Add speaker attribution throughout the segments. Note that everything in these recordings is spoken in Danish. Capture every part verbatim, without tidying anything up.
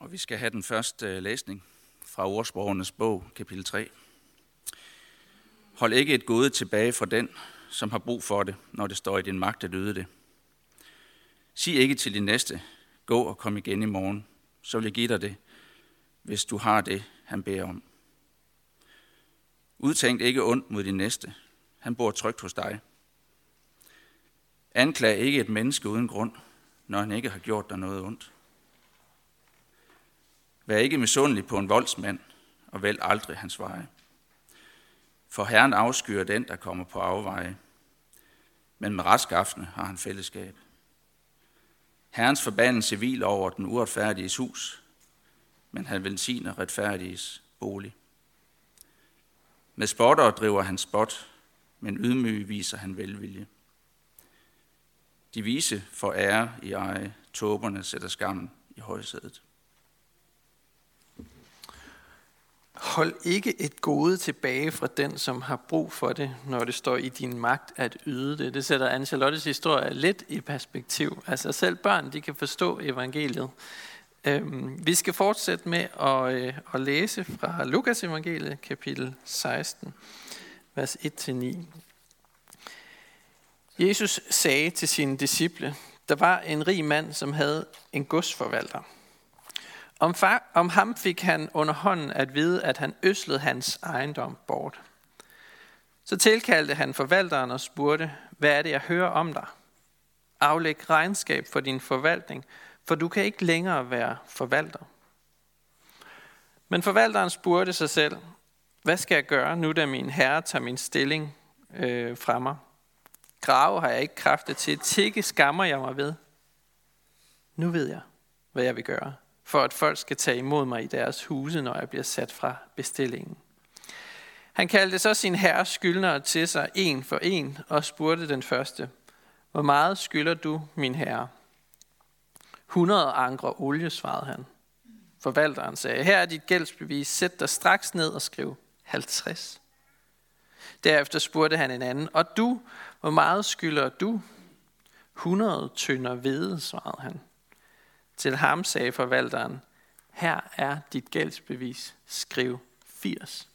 Speaker 1: Og vi skal have den første læsning fra Ordsprogenes bog, kapitel tre. Hold ikke et gode tilbage fra den, som har brug for det, når det står i din magt at yde det. Sig ikke til din næste, gå og kom igen i morgen, så vil jeg give dig det, hvis du har det, han beder om. Udtænk ikke ondt mod din næste, han bor trygt hos dig. Anklag ikke et menneske uden grund, når han ikke har gjort dig noget ondt. Vær ikke misundelig på en voldsmand, og vælg aldrig hans veje. For Herren afskyer den, der kommer på afveje, men med retskaffene har han fællesskab. Herrens forbandelse hviler over den uretfærdiges hus, men han velsigner retfærdiges bolig. Med spottere driver han spot, men ydmyge viser han velvilje. De vise får ære i eje, tåberne sætter skammen i højsædet.
Speaker 2: Hold ikke et gode tilbage fra den, som har brug for det, når det står i din magt at yde det. Det sætter Anne-Charlottes historie lidt i perspektiv. Altså selv børn, de kan forstå evangeliet. Øhm, vi skal fortsætte med at, øh, at læse fra Lukas evangeliet, kapitel seksten, vers et til ni. Jesus sagde til sine disciple, der var en rig mand, som havde en godsforvalter. Om, far, om ham fik han under hånden at vide, at han ødslede hans ejendom bort. Så tilkaldte han forvalteren og spurgte, hvad er det, jeg hører om dig? Aflæg regnskab for din forvaltning, for du kan ikke længere være forvalter. Men forvalteren spurgte sig selv, hvad skal jeg gøre nu, da min herre tager min stilling øh, fra mig? Grave har jeg ikke kræfter til, tikke skammer jeg mig ved. Nu ved jeg, hvad jeg vil gøre, for at folk skal tage imod mig i deres huse, når jeg bliver sat fra bestillingen. Han kaldte så sin herres skyldnere til sig en for en og spurgte den første, hvor meget skylder du, min herre? hundrede ankre olie, svarede han. Forvalteren sagde, her er dit gældsbevis, sæt dig straks ned og skriv halvtreds. Derefter spurgte han en anden, og du, hvor meget skylder du? hundrede tønder hvede, svarede han. Til ham sagde forvalteren, her er dit gældsbevis, skriv firs.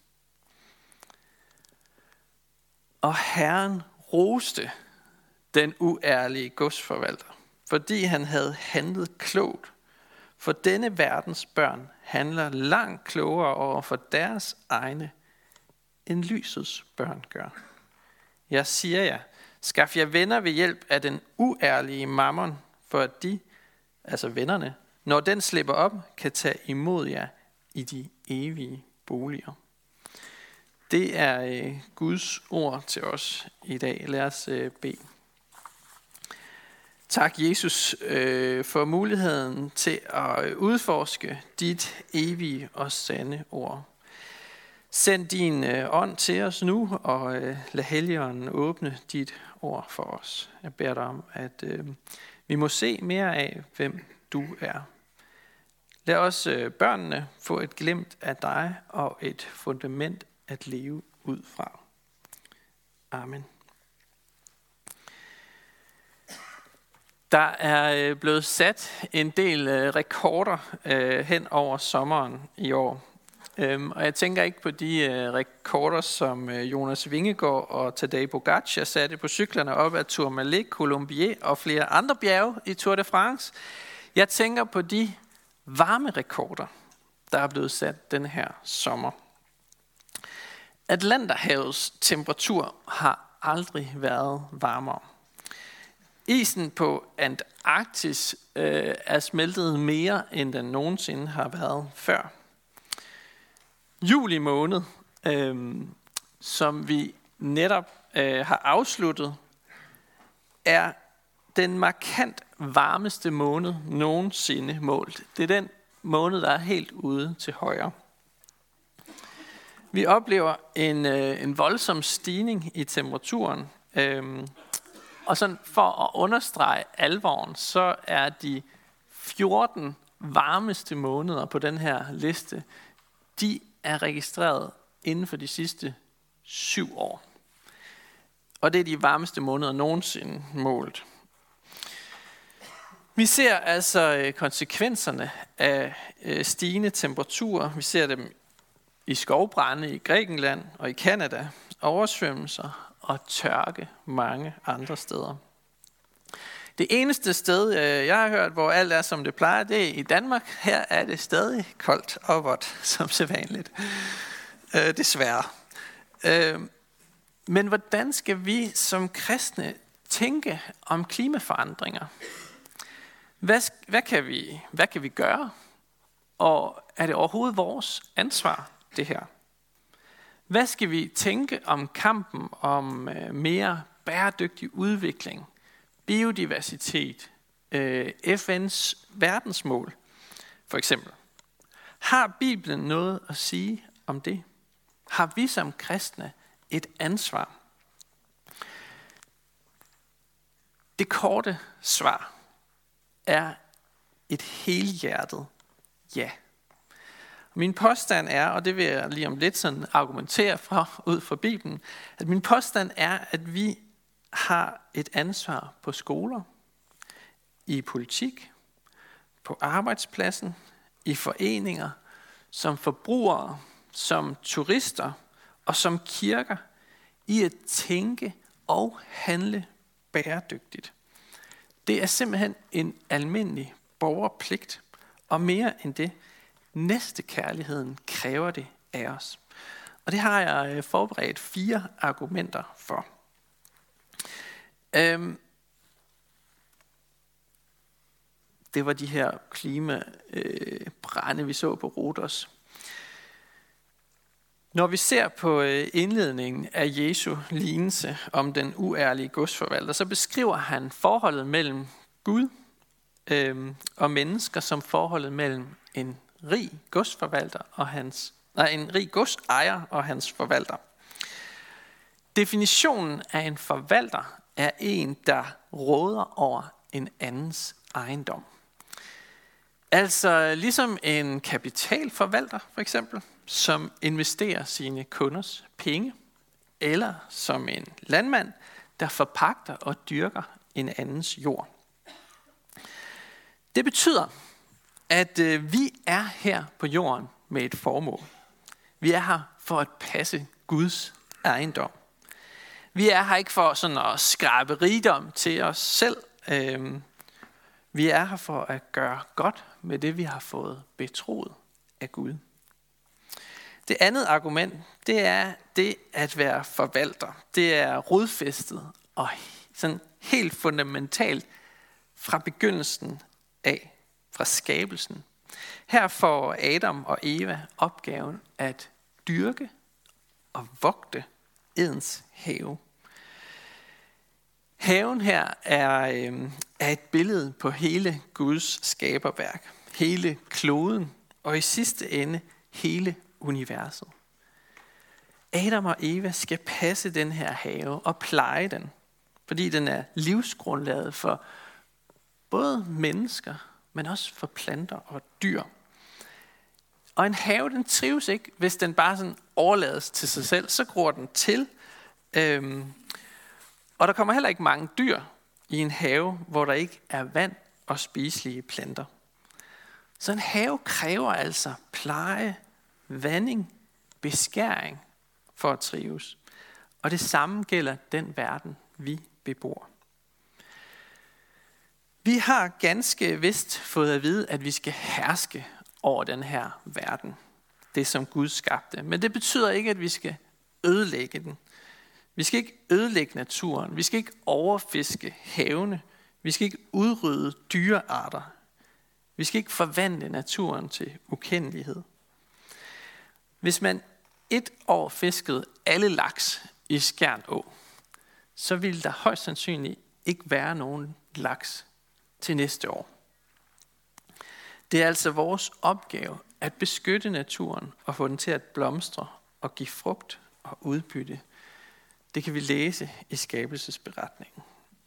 Speaker 2: Og Herren roste den uærlige godsforvalter, fordi han havde handlet klogt. For denne verdens børn handler langt klogere over for deres egne, end lysets børn gør. Jeg siger jer, skaf jer venner ved hjælp af den uærlige mammon, for at de, altså vennerne, når den slipper op, kan tage imod jer i de evige boliger. Det er øh, Guds ord til os i dag. Lad os øh, bede. Tak, Jesus, øh, for muligheden til at udforske dit evige og sande ord. Send din øh, ånd til os nu, og øh, lad Helligånden åbne dit ord for os. Jeg beder dig om, at øh, vi må se mere af, hvem du er. Lad os øh, børnene få et glimt af dig og et fundament at leve ud fra. Amen. Der er blevet sat en del rekorder hen over sommeren i år. Og jeg tænker ikke på de rekorder, som Jonas Vingegaard og Tadej Pogačar satte på cyklerne op ad Tourmalet, Colombier og flere andre bjerge i Tour de France. Jeg tænker på de varme rekorder, der er blevet sat den her sommer. Atlanterhavets temperatur har aldrig været varmere. Isen på Antarktis øh, er smeltet mere, end den nogensinde har været før. Juli måned, øh, som vi netop øh, har afsluttet, er den markant varmeste måned nogensinde målt. Det er den måned, der er helt ude til højre. Vi oplever en, øh, en voldsom stigning i temperaturen. Øh, Og sådan for at understrege alvoren, så er de fjorten varmeste måneder på den her liste, de er registreret inden for de sidste syv år. Og det er de varmeste måneder nogensinde målt. Vi ser altså konsekvenserne af stigende temperaturer. Vi ser dem i skovbrande i Grækenland og i Canada, oversvømmelser og tørke mange andre steder. Det eneste sted, jeg har hørt, hvor alt er som det plejer, det er i Danmark. Her er det stadig koldt og vådt, som sædvanligt. Øh, desværre. Øh, men hvordan skal vi som kristne tænke om klimaforandringer? Hvad, hvad, kan vi, hvad kan vi gøre? Og er det overhovedet vores ansvar, det her? Hvad skal vi tænke om kampen om øh, mere bæredygtig udvikling, biodiversitet, øh, F N's verdensmål, for eksempel? Har Bibelen noget at sige om det? Har vi som kristne et ansvar? Det korte svar er et helhjertet ja. Min påstand er, og det vil jeg lige om lidt sådan argumentere for ud fra Bibelen, at min påstand er, at vi har et ansvar på skoler, i politik, på arbejdspladsen, i foreninger, som forbrugere, som turister og som kirker, i at tænke og handle bæredygtigt. Det er simpelthen en almindelig borgerpligt, og mere end det, næstekærligheden kræver det af os. Og det har jeg forberedt fire argumenter for. Øhm, det var de her klimabrænde, øh, vi så på Rhodos. Når vi ser på indledningen af Jesu lignelse om den uærlige godsforvalter, så beskriver han forholdet mellem Gud øh, og mennesker som forholdet mellem en rig godsforvalter og hans, nej, en rig godsejer og hans forvalter. Definitionen af en forvalter er en, der råder over en andens ejendom. Altså ligesom en kapitalforvalter for eksempel, som investerer sine kunders penge, eller som en landmand, der forpagter og dyrker en andens jord. Det betyder, at øh, vi er her på jorden med et formål. Vi er her for at passe Guds ejendom. Vi er her ikke for sådan at skrabe rigdom til os selv. Øh, vi er her for at gøre godt med det, vi har fået betroet af Gud. Det andet argument, det er det at være forvalter. Det er rodfæstet og sådan helt fundamentalt fra begyndelsen af, fra skabelsen. Her får Adam og Eva opgaven at dyrke og vogte Edens have. Haven her er, øh, er et billede på hele Guds skaberværk, hele kloden og i sidste ende hele universet. Adam og Eva skal passe den her have og pleje den, fordi den er livsgrundlaget for både mennesker, men også for planter og dyr. Og en have, den trives ikke, hvis den bare sådan overlades til sig selv. Så gror den til. Øhm, og der kommer heller ikke mange dyr i en have, hvor der ikke er vand og spiselige planter. Så en have kræver altså pleje, vanding, beskæring for at trives. Og det samme gælder den verden, vi bebor. Vi har ganske vist fået at vide, at vi skal herske over den her verden. Det som Gud skabte. Men det betyder ikke, at vi skal ødelægge den. Vi skal ikke ødelægge naturen. Vi skal ikke overfiske havene. Vi skal ikke udrydde dyrearter. Vi skal ikke forvandle naturen til ukendelighed. Hvis man et år fiskede alle laks i Skjern Å, så ville der højst sandsynligt ikke være nogen laks til næste år. Det er altså vores opgave at beskytte naturen og få den til at blomstre og give frugt og udbytte. Det kan vi læse i skabelsesberetningen.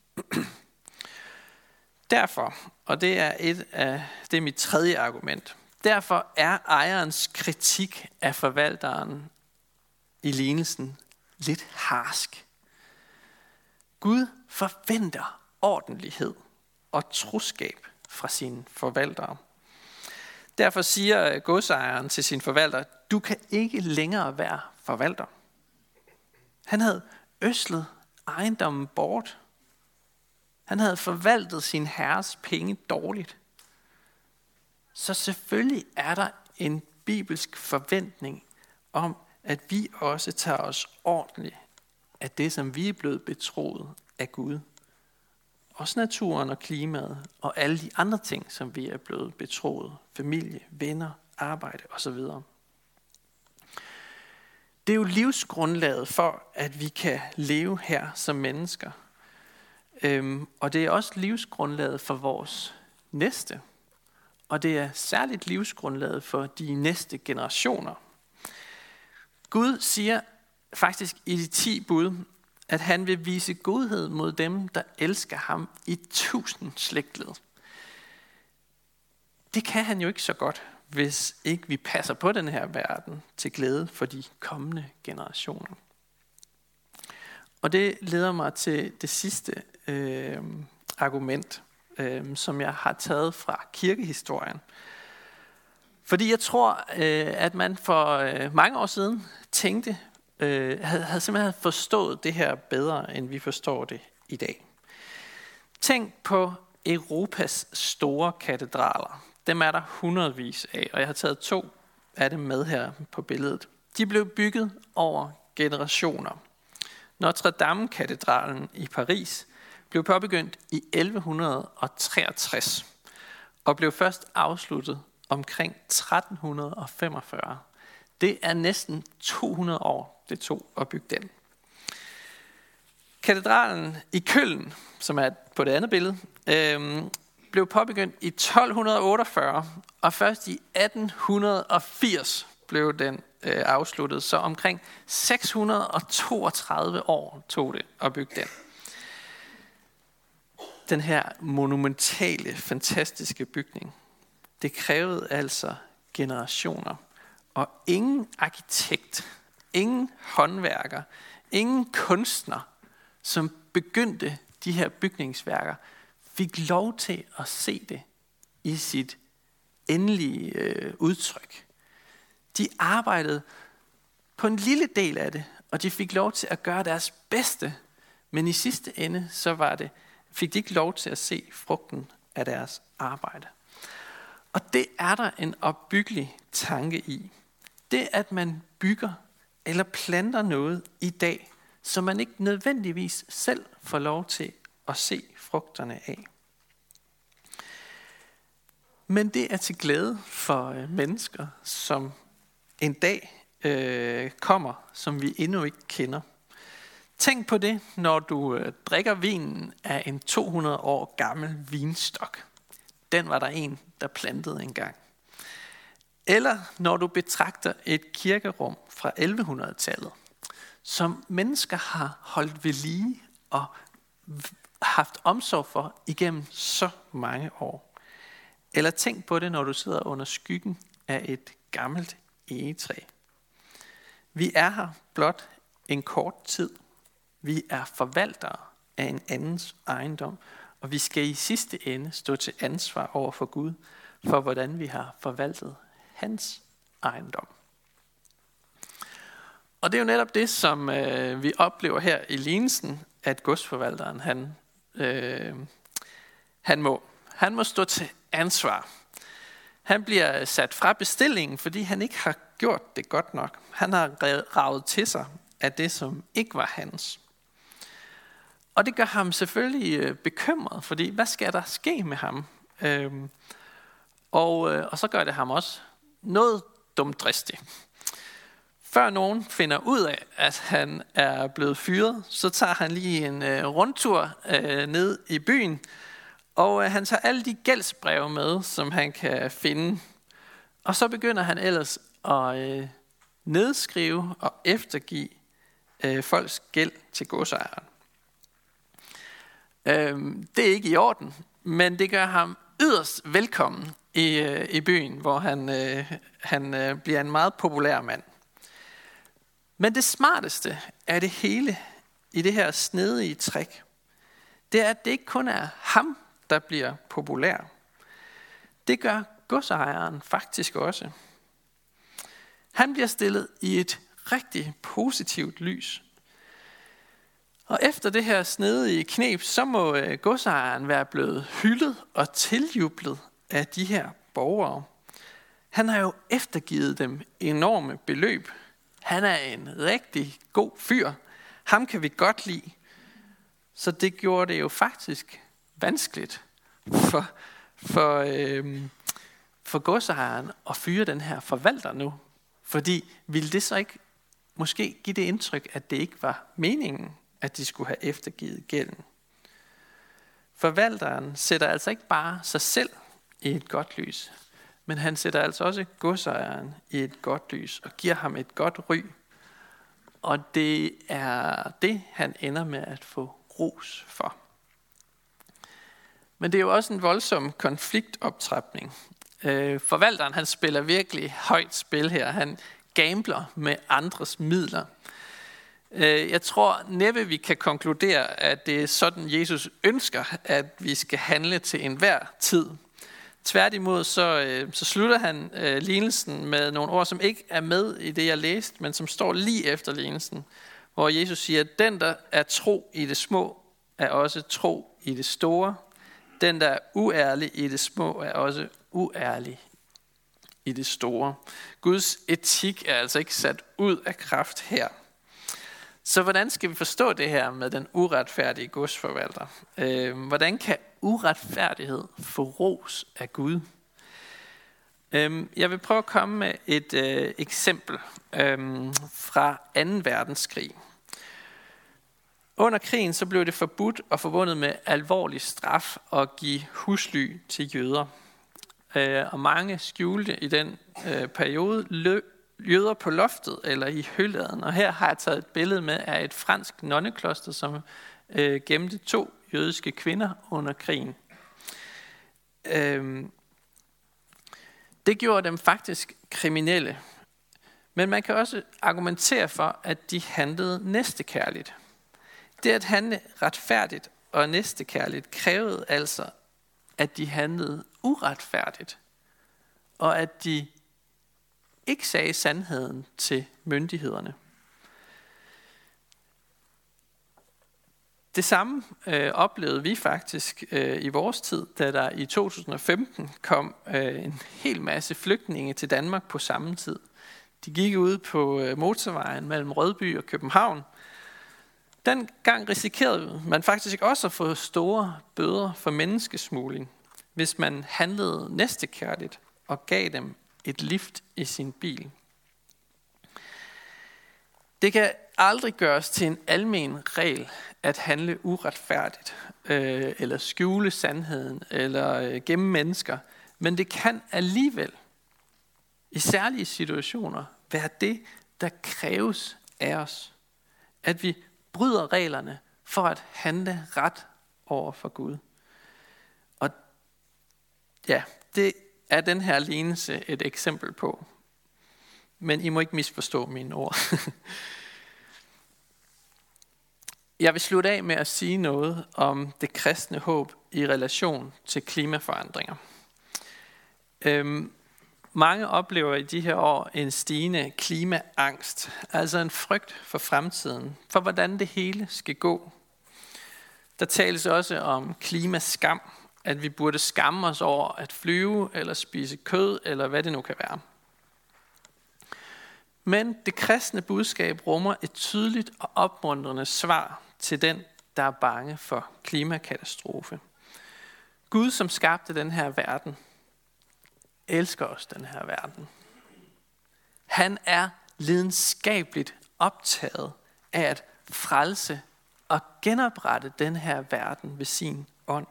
Speaker 2: Derfor, og det er, et af, det er mit tredje argument, derfor er ejerens kritik af forvalteren i lignelsen lidt harsk. Gud forventer ordentlighed og troskab fra sine forvaltere. Derfor siger godsejeren til sin forvalter, du kan ikke længere være forvalter. Han havde ødslet ejendommen bort. Han havde forvaltet sin herres penge dårligt. Så selvfølgelig er der en bibelsk forventning om, at vi også tager os ordentligt af det, som vi er blevet betroet af Gud. Også naturen og klimaet og alle de andre ting, som vi er blevet betroet. Familie, venner, arbejde osv. Det er jo livsgrundlaget for, at vi kan leve her som mennesker. Øhm, og det er også livsgrundlaget for vores næste. Og det er særligt livsgrundlaget for de næste generationer. Gud siger faktisk i de ti bud, at han vil vise godhed mod dem, der elsker ham i tusind slægtled. Det kan han jo ikke så godt, hvis ikke vi passer på den her verden til glæde for de kommende generationer. Og det leder mig til det sidste øh, argument, øh, som jeg har taget fra kirkehistorien. Fordi jeg tror, øh, at man for øh, mange år siden tænkte, øh, havde, havde simpelthen forstået det her bedre, end vi forstår det i dag. Tænk på Europas store katedraler. Dem er der hundredvis af, og jeg har taget to af dem med her på billedet. De blev bygget over generationer. Notre Dame-katedralen i Paris blev påbegyndt i elleve treogtres og blev først afsluttet omkring tretten femogfyrre. Det er næsten to hundrede år, det tog at bygge den. Katedralen i Køln, som er på det andet billede, øh, blev påbegyndt i tolv otteogfyrre, og først i atten firs blev den øh, afsluttet. Så omkring seks hundrede toogtredive år tog det at bygge den. Den her monumentale, fantastiske bygning. Det krævede altså generationer. Og ingen arkitekt, ingen håndværker, ingen kunstner, som begyndte de her bygningsværker, fik lov til at se det i sit endelige øh, udtryk. De arbejdede på en lille del af det, og de fik lov til at gøre deres bedste. Men i sidste ende, så var det, fik de ikke lov til at se frugten af deres arbejde. Og det er der en opbyggelig tanke i. Det, at man bygger eller planter noget i dag, som man ikke nødvendigvis selv får lov til at se frugterne af. Men det er til glæde for øh, mennesker, som en dag øh, kommer, som vi endnu ikke kender. Tænk på det, når du øh, drikker vinen af en to hundrede år gammel vinstok. Den var der en, der plantede engang. Eller når du betragter et kirkerum fra elleve hundrede-tallet, som mennesker har holdt ved lige og haft omsorg for igennem så mange år. Eller tænk på det, når du sidder under skyggen af et gammelt egetræ. Vi er her blot en kort tid. Vi er forvaltere af en andens ejendom, og vi skal i sidste ende stå til ansvar over for Gud, for hvordan vi har forvaltet hans ejendom. Og det er jo netop det, som øh, vi oplever her i lignelsen, at godsforvalteren han, øh, han må. Han må stå til ansvar. Han bliver sat fra bestillingen, fordi han ikke har gjort det godt nok. Han har raget til sig af det, som ikke var hans. Og det gør ham selvfølgelig bekymret, fordi hvad skal der ske med ham? Øhm, og, øh, og så gør det ham også noget dumdristigt. Før nogen finder ud af, at han er blevet fyret, så tager han lige en øh, rundtur øh, ned i byen, og øh, han tager alle de gældsbreve med, som han kan finde. Og så begynder han ellers at øh, nedskrive og eftergive øh, folks gæld til godsejeren. Øh, det er ikke i orden, men det gør ham yderst velkommen i, øh, i byen, hvor han, øh, han øh, bliver en meget populær mand. Men det smarteste af det hele i det her snedige trick, det er, at det ikke kun er ham, der bliver populær. Det gør godsejeren faktisk også. Han bliver stillet i et rigtig positivt lys. Og efter det her snedige kneb, så må godsejeren være blevet hyldet og tiljublet af de her borgere. Han har jo eftergivet dem enorme beløb. Han er en rigtig god fyr. Ham kan vi godt lide. Så det gjorde det jo faktisk vanskeligt for, for, øhm, for godsejeren at fyre den her forvalter nu. Fordi ville det så ikke måske give det indtryk, at det ikke var meningen, at de skulle have eftergivet gælden. Forvalteren sætter altså ikke bare sig selv i et godt lys, men han sætter altså også godsejeren i et godt lys og giver ham et godt ry. Og det er det, han ender med at få ros for. Men det er jo også en voldsom konfliktoptrapning. Øh, forvalteren han spiller virkelig højt spil her. Han gambler med andres midler. Øh, jeg tror næppe vi kan konkludere, at det er sådan Jesus ønsker, at vi skal handle til enhver tid. Tværtimod så, øh, så slutter han øh, lignelsen med nogle ord, som ikke er med i det, jeg læste, men som står lige efter lignelsen, hvor Jesus siger, at den, der er tro i det små, er også tro i det store. Den, der er uærlig i det små, er også uærlig i det store. Guds etik er altså ikke sat ud af kraft her. Så hvordan skal vi forstå det her med den uretfærdige godsforvalter? Øh, hvordan kan uretfærdighed få ros af Gud? Øh, jeg vil prøve at komme med et øh, eksempel øh, fra anden verdenskrig. Under krigen så blev det forbudt og forbundet med alvorlig straf at give husly til jøder. Øh, og mange skjulte i den øh, periode løb jøder på loftet eller i høladen. Og her har jeg taget et billede med af et fransk nonnekloster, som øh, gemte to jødiske kvinder under krigen. Øh, det gjorde dem faktisk kriminelle. Men man kan også argumentere for, at de handlede næstekærligt. Det at handle retfærdigt og næstekærligt krævede altså, at de handlede uretfærdigt, og at de ikke sagde sandheden til myndighederne. Det samme øh, oplevede vi faktisk øh, i vores tid, da der i to tusind og femten kom øh, en hel masse flygtninge til Danmark på samme tid. De gik ud på øh, motorvejen mellem Rødby og København. Den gang risikerede man faktisk også at få store bøder for menneskesmugling, hvis man handlede næstekærligt og gav dem et lift i sin bil. Det kan aldrig gøres til en almen regel at handle uretfærdigt, øh, eller skjule sandheden, eller øh, gemme mennesker, men det kan alligevel i særlige situationer være det, der kræves af os, at vi bryder reglerne for at handle ret over for Gud. Og ja, det er den her lignelse et eksempel på. Men I må ikke misforstå mine ord. Jeg vil slutte af med at sige noget om det kristne håb i relation til klimaforandringer. Øhm, mange oplever i de her år en stigende klimaangst, altså en frygt for fremtiden, for hvordan det hele skal gå. Der tales også om klimaskam, at vi burde skamme os over at flyve eller spise kød, eller hvad det nu kan være. Men det kristne budskab rummer et tydeligt og opmuntrende svar til den, der er bange for klimakatastrofe. Gud, som skabte den her verden, elsker os den her verden. Han er lidenskabeligt optaget af at frelse og genoprette den her verden ved sin ånd.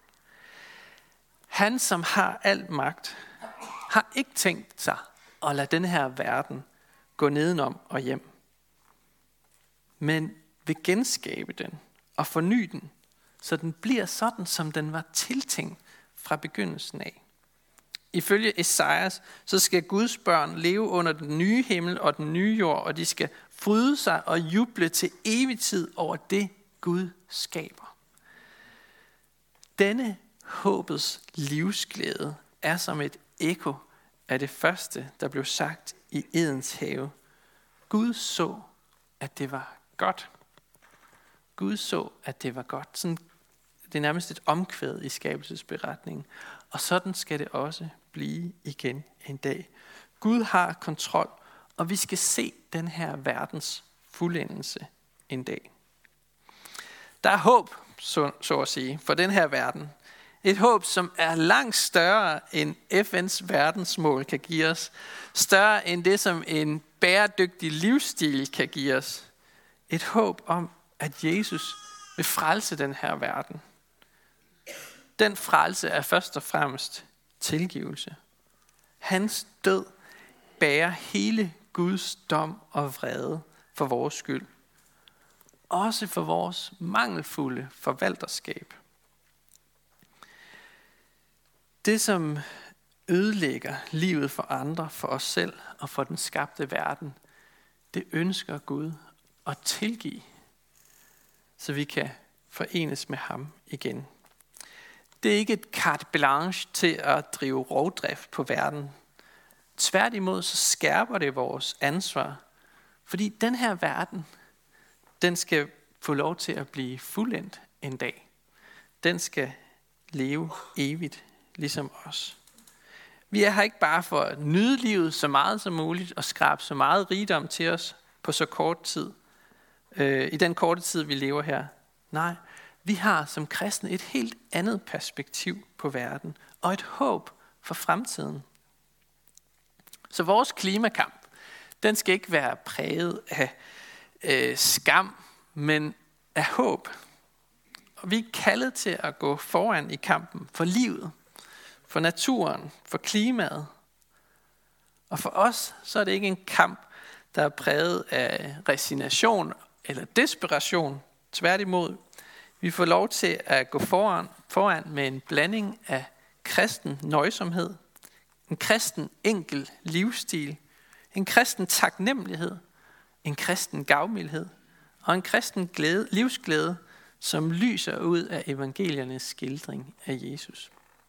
Speaker 2: Han, som har al magt, har ikke tænkt sig at lade den her verden gå nedenom og hjem, men vil genskabe den og forny den, så den bliver sådan, som den var tiltænkt fra begyndelsen af. Ifølge Esajas, så skal Guds børn leve under den nye himmel og den nye jord, og de skal fryde sig og juble til evig tid over det, Gud skaber. Denne håbets livsglæde er som et ekko af det første, der blev sagt i Edens have. Gud så, at det var godt. Gud så, at det var godt. Sådan, det er nærmest et omkvæd i skabelsesberetningen. Og sådan skal det også blive igen en dag. Gud har kontrol, og vi skal se den her verdens fuldendelse en dag. Der er håb, så, så at sige, for den her verden. Et håb, som er langt større end F N's verdensmål kan give os. Større end det, som en bæredygtig livsstil kan give os. Et håb om, at Jesus vil frelse den her verden. Den frelse er først og fremmest tilgivelse. Hans død bærer hele Guds dom og vrede for vores skyld. Også for vores mangelfulde forvalterskab. Det, som ødelægger livet for andre, for os selv og for den skabte verden, det ønsker Gud at tilgive, så vi kan forenes med ham igen. Det er ikke et carte blanche til at drive rovdrift på verden. Tværtimod så skærper det vores ansvar, fordi den her verden, den skal få lov til at blive fuldendt en dag. Den skal leve evigt, ligesom os. Vi er her ikke bare for at nyde livet så meget som muligt og skrabe så meget rigdom til os på så kort tid. Øh, I den korte tid, vi lever her. Nej, vi har som kristne et helt andet perspektiv på verden og et håb for fremtiden. Så vores klimakamp, den skal ikke være præget af øh, skam, men af håb. Og vi er kaldet til at gå foran i kampen for livet, for naturen, for klimaet. Og for os, så er det ikke en kamp, der er præget af resignation eller desperation. Tværtimod, vi får lov til at gå foran, foran med en blanding af kristen nøjsomhed, en kristen enkel livsstil, en kristen taknemmelighed, en kristen gavmildhed og en kristen glæde, livsglæde, som lyser ud af evangeliernes skildring af Jesus.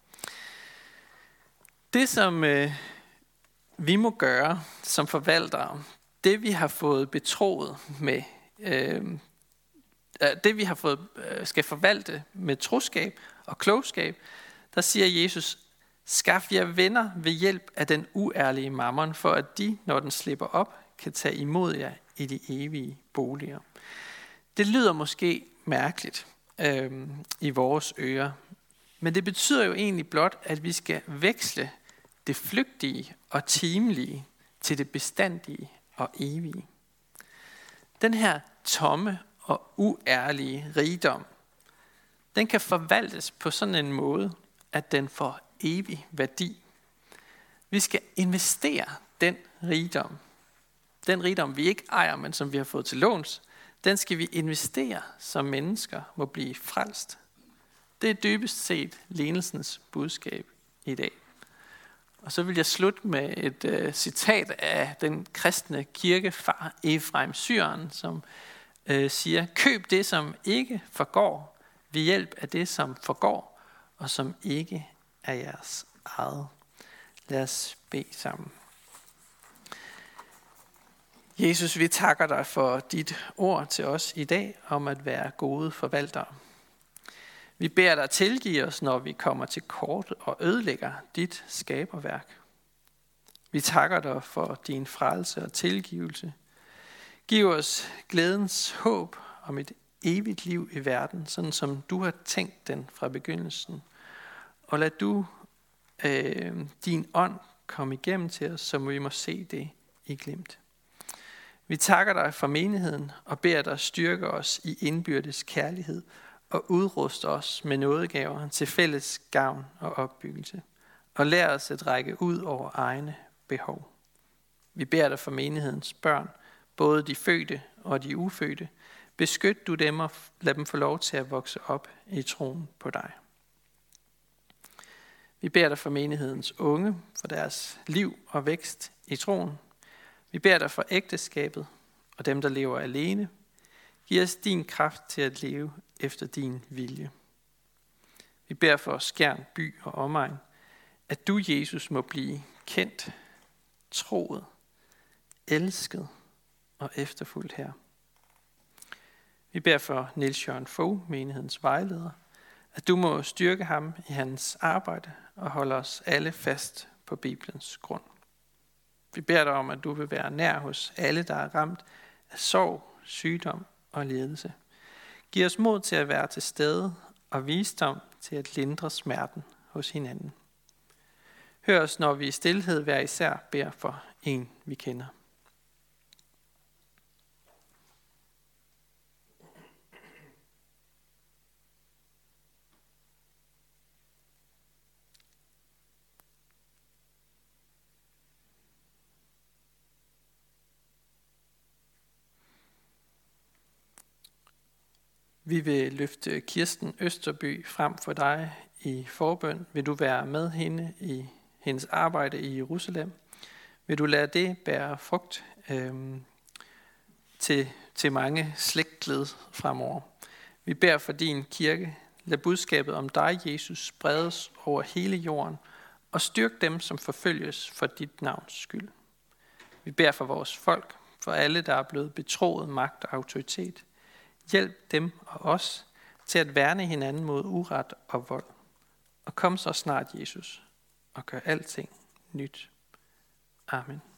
Speaker 2: Det, som øh, vi må gøre som forvaltere, det vi har fået betroet med, øh, det vi har fået øh, skal forvalte med troskab og klogskab, der siger Jesus: skaf jer venner ved hjælp af den uærlige mammon, for at de, når den slipper op, kan tage imod jer i de evige boliger. Det lyder måske mærkeligt øh, i vores ører, men det betyder jo egentlig blot, at vi skal veksle det flygtige og timelige til det bestandige og evige. Den her tomme og uærlige rigdom, den kan forvaltes på sådan en måde, at den får evig værdi. Vi skal investere den rigdom. Den rigdom, vi ikke ejer, men som vi har fået til låns, den skal vi investere, så mennesker må blive frelst. Det er dybest set lignelsens budskab i dag. Og så vil jeg slutte med et uh, citat af den kristne kirkefar Efraim Syren, som uh, siger: køb det, som ikke forgår, ved hjælp af det, som forgår, og som ikke er jeres eget. Lad os bede sammen. Jesus, vi takker dig for dit ord til os i dag om at være gode forvaltere. Vi beder dig tilgive os, når vi kommer til kort og ødelægger dit skaberværk. Vi takker dig for din frelse og tilgivelse. Giv os glædens håb om et evigt liv i verden, sådan som du har tænkt den fra begyndelsen. Og lad du øh, din ånd komme igennem til os, så vi må se det i glimt. Vi takker dig for menigheden og beder dig styrke os i indbyrdes kærlighed og udruste os med nådegaver til fælles gavn og opbyggelse. Og lær os at række ud over egne behov. Vi beder dig for menighedens børn, både de fødte og de ufødte. Beskyt du dem og lad dem få lov til at vokse op i troen på dig. Vi beder dig for menighedens unge, for deres liv og vækst i troen. Vi beder dig for ægteskabet og dem, der lever alene. Giv os din kraft til at leve efter din vilje. Vi beder for Skjern by og omegn. at du, Jesus, må blive kendt, troet, elsket og efterfulgt her. Vi beder for Niels Jørgen Fogh, menighedens vejleder, at du må styrke ham i hans arbejde og holde os alle fast på Bibelens grund. Vi beder dig om, at du vil være nær hos alle, der er ramt af sorg, sygdom og lidelse. Giv os mod til at være til stede og visdom til at lindre smerten hos hinanden. Hør os, når vi i stilhed hver især beder for en, vi kender. Vi vil løfte Kirsten Østerby frem for dig i forbøn. Vil du være med hende i hendes arbejde i Jerusalem? Vil du lade det bære frugt øh, til, til mange slægtled fremover? Vi beder for din kirke. Lad budskabet om dig, Jesus, spredes over hele jorden, og styrk dem, som forfølges for dit navns skyld. Vi beder for vores folk, for alle, der er blevet betroet magt og autoritet. Hjælp dem og os til at værne hinanden mod uret og vold. Og kom så snart, Jesus, og gør alting nyt. Amen.